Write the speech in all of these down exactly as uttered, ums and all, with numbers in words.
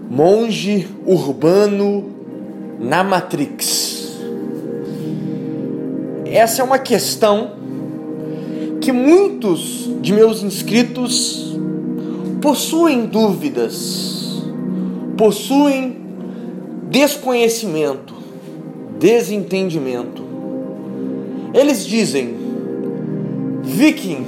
Monge urbano na Matrix. Essa é uma questão que muitos de meus inscritos possuem dúvidas, possuem desconhecimento, desentendimento. Eles dizem: Viking,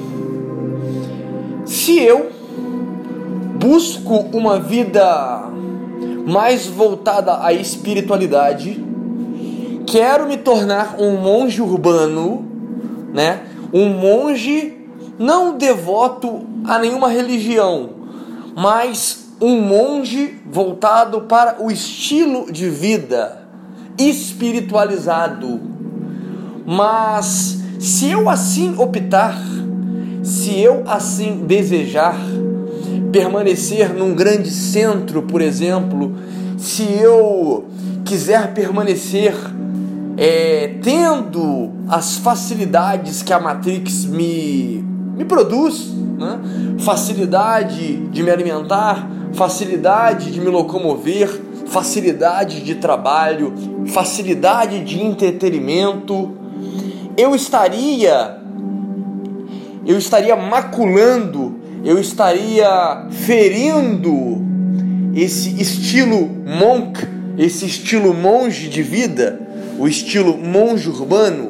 se eu busco uma vida mais voltada à espiritualidade, quero me tornar um monge urbano, né? Um monge não devoto a nenhuma religião, mas um monge voltado para o estilo de vida espiritualizado. Mas se eu assim optar, se eu assim desejar permanecer num grande centro, por exemplo, se eu quiser permanecer é, tendo as facilidades que a Matrix me, me produz, né? Facilidade de me alimentar, facilidade de me locomover, facilidade de trabalho, facilidade de entretenimento, eu estaria eu estaria maculando, eu estaria ferindo esse estilo monk, esse estilo monge de vida, o estilo monge urbano?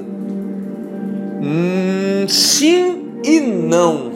Hum, sim e não.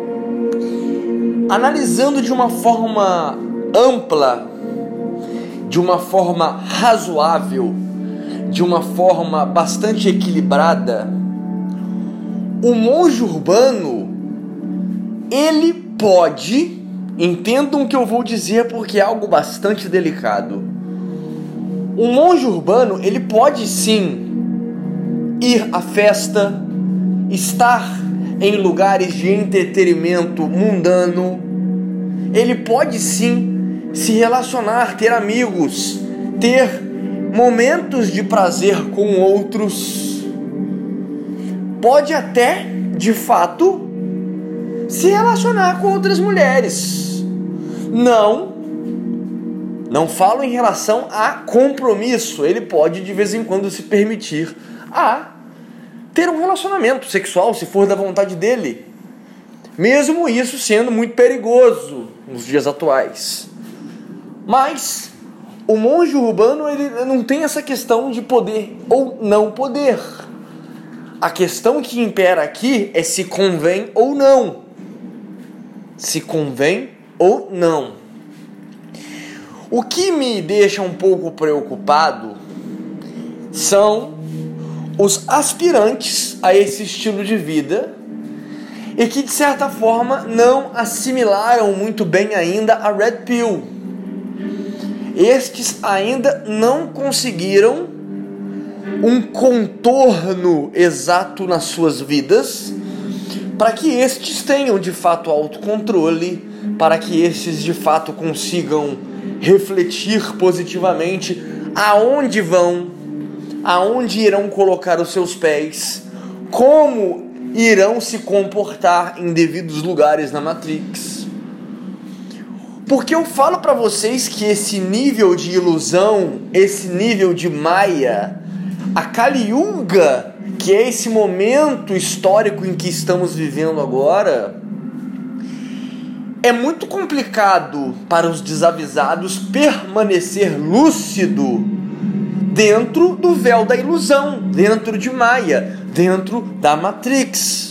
Analisando de uma forma ampla, de uma forma razoável, de uma forma bastante equilibrada, o monge urbano, ele pode, entendam o que eu vou dizer porque é algo bastante delicado. O monge urbano, ele pode sim ir à festa, estar em lugares de entretenimento mundano, ele pode sim se relacionar, ter amigos, ter momentos de prazer com outros, pode até, de fato, se relacionar com outras mulheres. Não, não falo em relação a compromisso. Ele pode de vez em quando se permitir a ter um relacionamento sexual, se for da vontade dele, mesmo isso sendo muito perigoso nos dias atuais. Mas o monge urbano, ele não tem essa questão de poder ou não poder. A questão que impera aqui é se convém ou não. Se convém ou não. O que me deixa um pouco preocupado são os aspirantes a esse estilo de vida e que, de certa forma, não assimilaram muito bem ainda a Red Pill. Estes ainda não conseguiram um contorno exato nas suas vidas para que estes tenham de fato autocontrole, para que estes de fato consigam refletir positivamente aonde vão, aonde irão colocar os seus pés, como irão se comportar em devidos lugares na Matrix. Porque eu falo para vocês que esse nível de ilusão, esse nível de Maya, a Kali Yuga, que é esse momento histórico em que estamos vivendo agora, é muito complicado para os desavisados permanecer lúcido dentro do véu da ilusão, dentro de Maya, dentro da Matrix.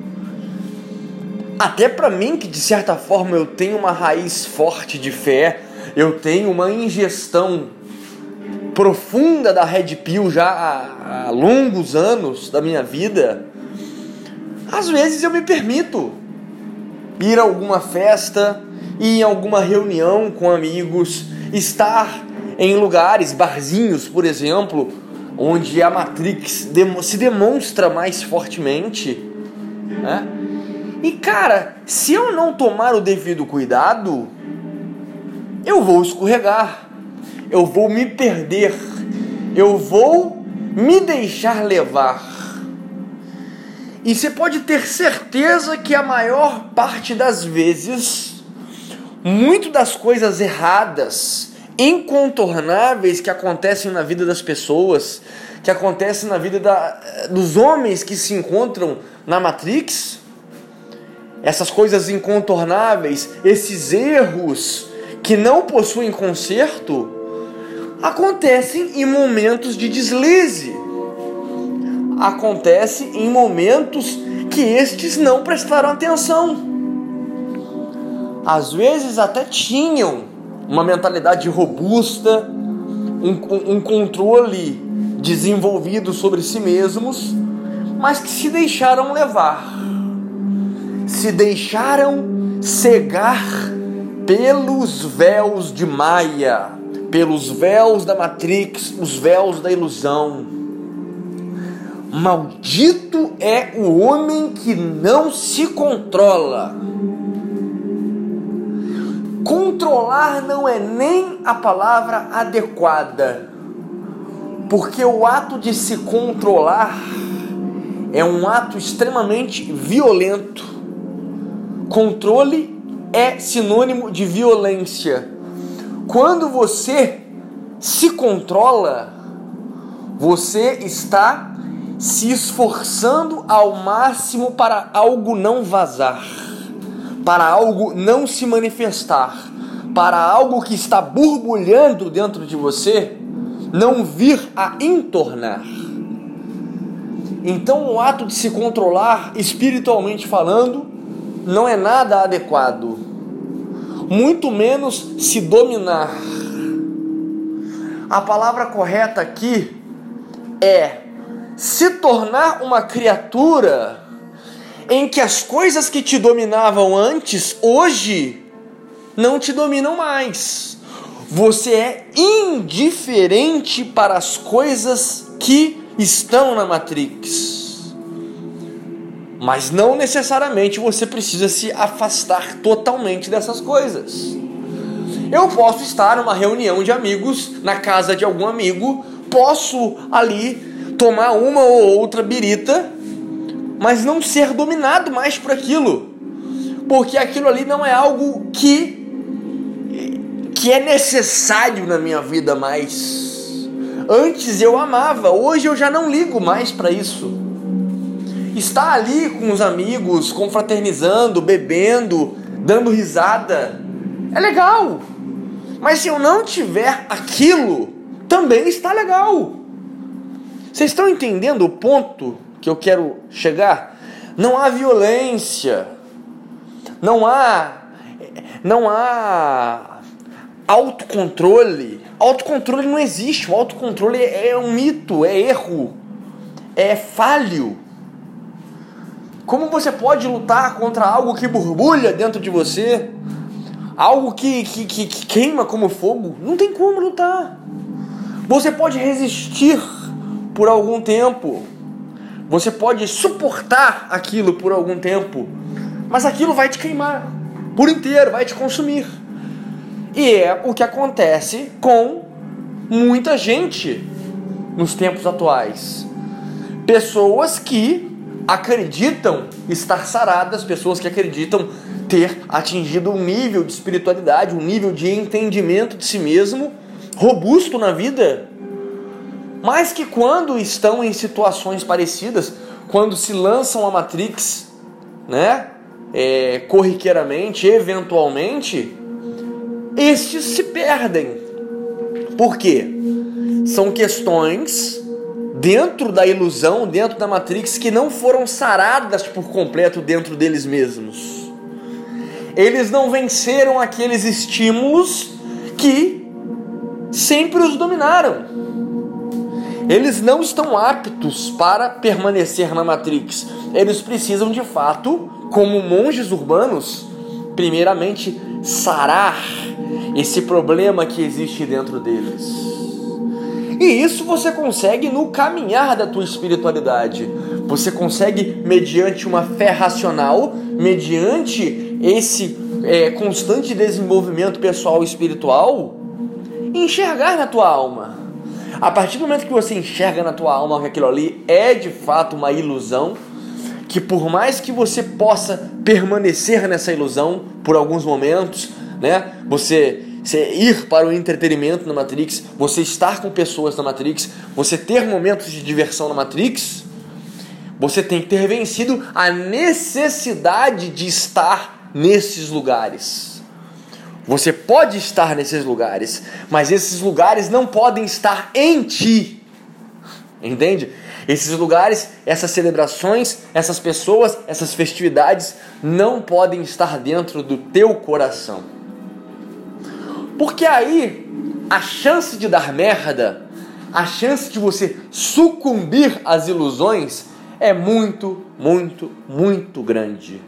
Até para mim, que de certa forma eu tenho uma raiz forte de fé, eu tenho uma ingestão profunda da Red Pill já há, há longos anos da minha vida, às vezes eu me permito ir a alguma festa, ir em alguma reunião com amigos, estar em lugares, barzinhos, por exemplo, onde a Matrix se demonstra mais fortemente, né? E cara, se eu não tomar o devido cuidado, eu vou escorregar, eu vou me perder, eu vou me deixar levar. E você pode ter certeza que a maior parte das vezes muito das coisas erradas, incontornáveis que acontecem na vida das pessoas, que acontecem na vida da, dos homens que se encontram na Matrix, essas coisas incontornáveis, esses erros que não possuem conserto, acontecem em momentos de deslize, acontece em momentos que estes não prestaram atenção. Às vezes até tinham uma mentalidade robusta, um, um controle desenvolvido sobre si mesmos, mas que se deixaram levar, se deixaram cegar pelos véus de Maia, pelos véus da Matrix, os véus da ilusão. Maldito é o homem que não se controla. Controlar não é nem a palavra adequada, porque o ato de se controlar é um ato extremamente violento. Controle é sinônimo de violência. Quando você se controla, você está se esforçando ao máximo para algo não vazar, para algo não se manifestar, para algo que está borbulhando dentro de você não vir a entornar. Então o ato de se controlar, espiritualmente falando, não é nada adequado, muito menos se dominar. A palavra correta aqui é se tornar uma criatura em que as coisas que te dominavam antes, hoje, não te dominam mais. Você é indiferente para as coisas que estão na Matrix. Mas não necessariamente você precisa se afastar totalmente dessas coisas. Eu posso estar numa reunião de amigos, na casa de algum amigo, posso ali tomar uma ou outra birita, mas não ser dominado mais por aquilo, porque aquilo ali não é algo que, que é necessário na minha vida mais. Antes eu amava, hoje eu já não ligo mais para isso. Estar ali com os amigos, confraternizando, bebendo, dando risada, é legal. Mas se eu não tiver aquilo, também está legal. Vocês estão entendendo o ponto que eu quero chegar? Não há violência, não há, não há autocontrole. Autocontrole não existe. O autocontrole é um mito, é erro, é falho. Como você pode lutar contra algo que borbulha dentro de você? Algo que, que, que, que queima como fogo? Não tem como lutar. Você pode resistir por algum tempo. Você pode suportar aquilo por algum tempo. Mas aquilo vai te queimar por inteiro, vai te consumir. E é o que acontece com muita gente nos tempos atuais. Pessoas que acreditam estar saradas, pessoas que acreditam ter atingido um nível de espiritualidade, um nível de entendimento de si mesmo, robusto na vida, mas que quando estão em situações parecidas, quando se lançam a Matrix, né, é, corriqueiramente, eventualmente, estes se perdem. Por quê? São questões dentro da ilusão, dentro da Matrix, que não foram saradas por completo dentro deles mesmos. Eles não venceram aqueles estímulos que sempre os dominaram. Eles não estão aptos para permanecer na Matrix. Eles precisam, de fato, como monges urbanos, primeiramente sarar esse problema que existe dentro deles. E isso você consegue no caminhar da tua espiritualidade. Você consegue, mediante uma fé racional, mediante esse é, constante desenvolvimento pessoal e espiritual, enxergar na tua alma. A partir do momento que você enxerga na tua alma que aquilo ali é de fato uma ilusão, que por mais que você possa permanecer nessa ilusão por alguns momentos, né? Você, você ir para o entretenimento na Matrix, você estar com pessoas na Matrix, você ter momentos de diversão na Matrix, você tem que ter vencido a necessidade de estar nesses lugares. Você pode estar nesses lugares, mas esses lugares não podem estar em ti. Entende? Esses lugares, essas celebrações, essas pessoas, essas festividades não podem estar dentro do teu coração. Porque aí a chance de dar merda, a chance de você sucumbir às ilusões é muito, muito, muito grande.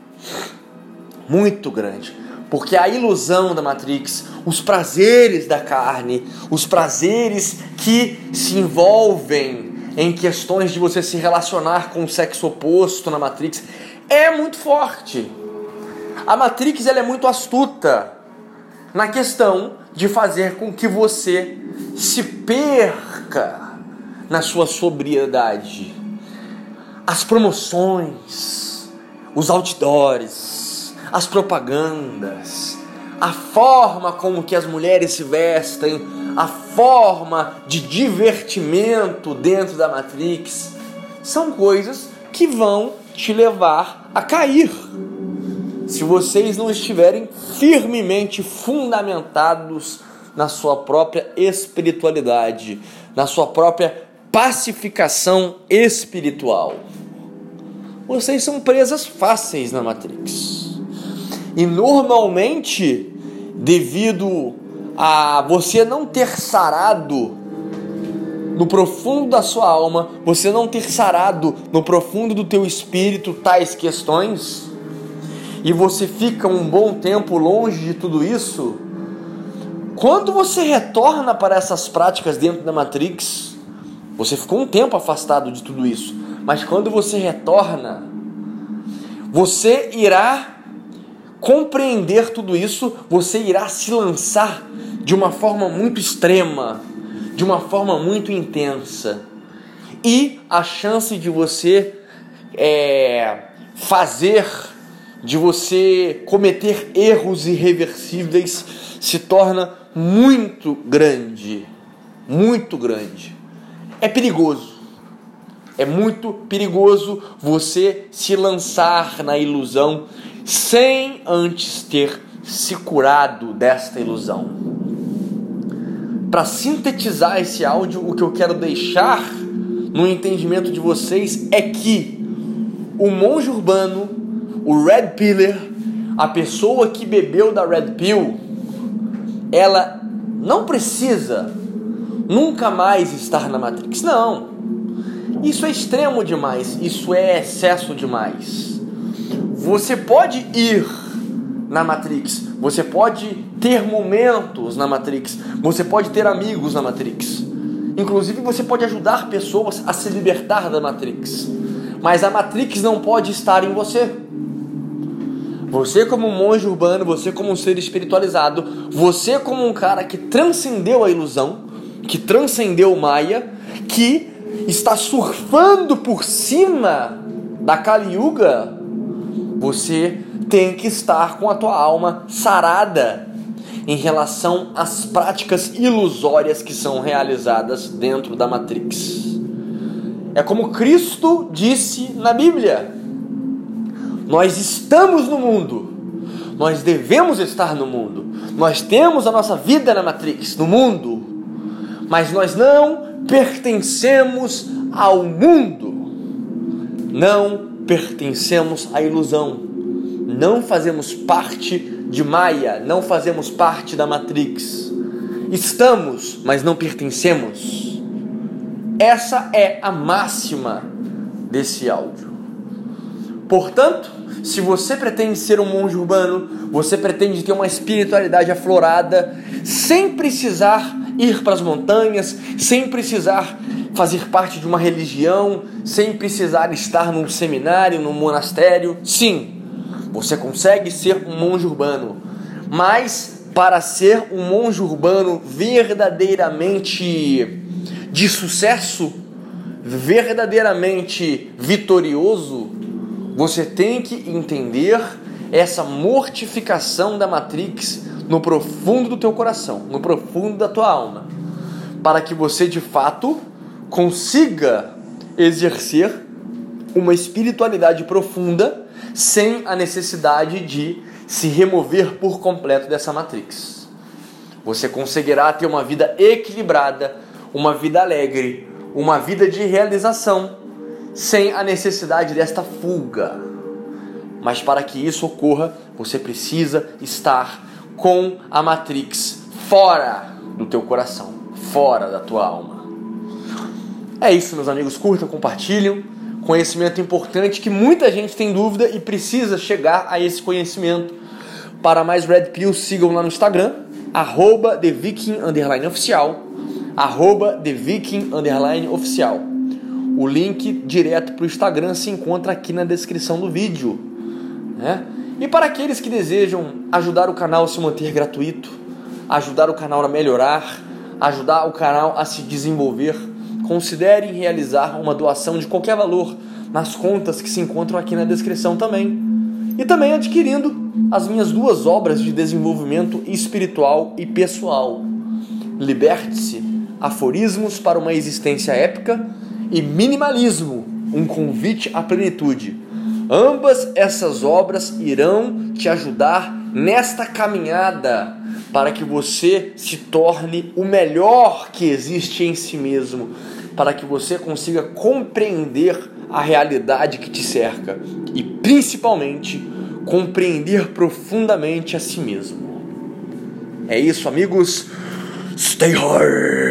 Muito grande. Porque a ilusão da Matrix, os prazeres da carne, os prazeres que se envolvem em questões de você se relacionar com o sexo oposto na Matrix, é muito forte. A Matrix ela é muito astuta na questão de fazer com que você se perca na sua sobriedade. As promoções, os outdoors, as propagandas, a forma como que as mulheres se vestem, a forma de divertimento dentro da Matrix, são coisas que vão te levar a cair, se vocês não estiverem firmemente fundamentados na sua própria espiritualidade, na sua própria pacificação espiritual. Vocês são presas fáceis na Matrix. E normalmente, devido a você não ter sarado no profundo da sua alma, você não ter sarado no profundo do teu espírito tais questões, e você fica um bom tempo longe de tudo isso, quando você retorna para essas práticas dentro da Matrix, você ficou um tempo afastado de tudo isso, mas quando você retorna, você irá compreender tudo isso, você irá se lançar de uma forma muito extrema, de uma forma muito intensa, e a chance de você é, fazer, de você cometer erros irreversíveis se torna muito grande, muito grande. É perigoso, é muito perigoso você se lançar na ilusão sem antes ter se curado desta ilusão. Para sintetizar esse áudio, o que eu quero deixar no entendimento de vocês é que o monge urbano, o Red Pillar, a pessoa que bebeu da Red Pill, ela não precisa nunca mais estar na Matrix. Não, isso é extremo demais, isso é excesso demais. Você pode ir na Matrix, você pode ter momentos na Matrix, você pode ter amigos na Matrix, inclusive você pode ajudar pessoas a se libertar da Matrix, mas a Matrix não pode estar em você. Você como um monge urbano, você como um ser espiritualizado, você como um cara que transcendeu a ilusão, que transcendeu o Maya, que está surfando por cima da Kali Yuga, você tem que estar com a tua alma sarada em relação às práticas ilusórias que são realizadas dentro da Matrix. É como Cristo disse na Bíblia: nós estamos no mundo, nós devemos estar no mundo, nós temos a nossa vida na Matrix, no mundo, mas nós não pertencemos ao mundo, não pertencemos à ilusão, não fazemos parte de Maya, não fazemos parte da Matrix. Estamos, mas não pertencemos. Essa é a máxima desse áudio. Portanto, se você pretende ser um monge urbano, você pretende ter uma espiritualidade aflorada, sem precisar ir para as montanhas, sem precisar fazer parte de uma religião, sem precisar estar num seminário, num monastério, sim, você consegue ser um monge urbano, mas para ser um monge urbano verdadeiramente de sucesso, verdadeiramente vitorioso, você tem que entender essa mortificação da Matrix no profundo do teu coração, no profundo da tua alma, para que você de fato consiga exercer uma espiritualidade profunda sem a necessidade de se remover por completo dessa Matrix. Você conseguirá ter uma vida equilibrada, uma vida alegre, uma vida de realização, sem a necessidade desta fuga. Mas para que isso ocorra, você precisa estar com a Matrix fora do teu coração, fora da tua alma. É isso, meus amigos. Curtam, compartilham. Conhecimento importante que muita gente tem dúvida e precisa chegar a esse conhecimento. Para mais Red Pill, sigam lá no Instagram, arroba TheViking underline oficial, arroba TheViking underline oficial. O link direto para o Instagram se encontra aqui na descrição do vídeo, né? E para aqueles que desejam ajudar o canal a se manter gratuito, ajudar o canal a melhorar, ajudar o canal a se desenvolver, considerem realizar uma doação de qualquer valor nas contas que se encontram aqui na descrição também. E também adquirindo as minhas duas obras de desenvolvimento espiritual e pessoal. Liberte-se, Aforismos para uma Existência Épica e Minimalismo, um convite à plenitude. Ambas essas obras irão te ajudar nesta caminhada para que você se torne o melhor que existe em si mesmo, para que você consiga compreender a realidade que te cerca e, principalmente, compreender profundamente a si mesmo. É isso, amigos. Stay hard!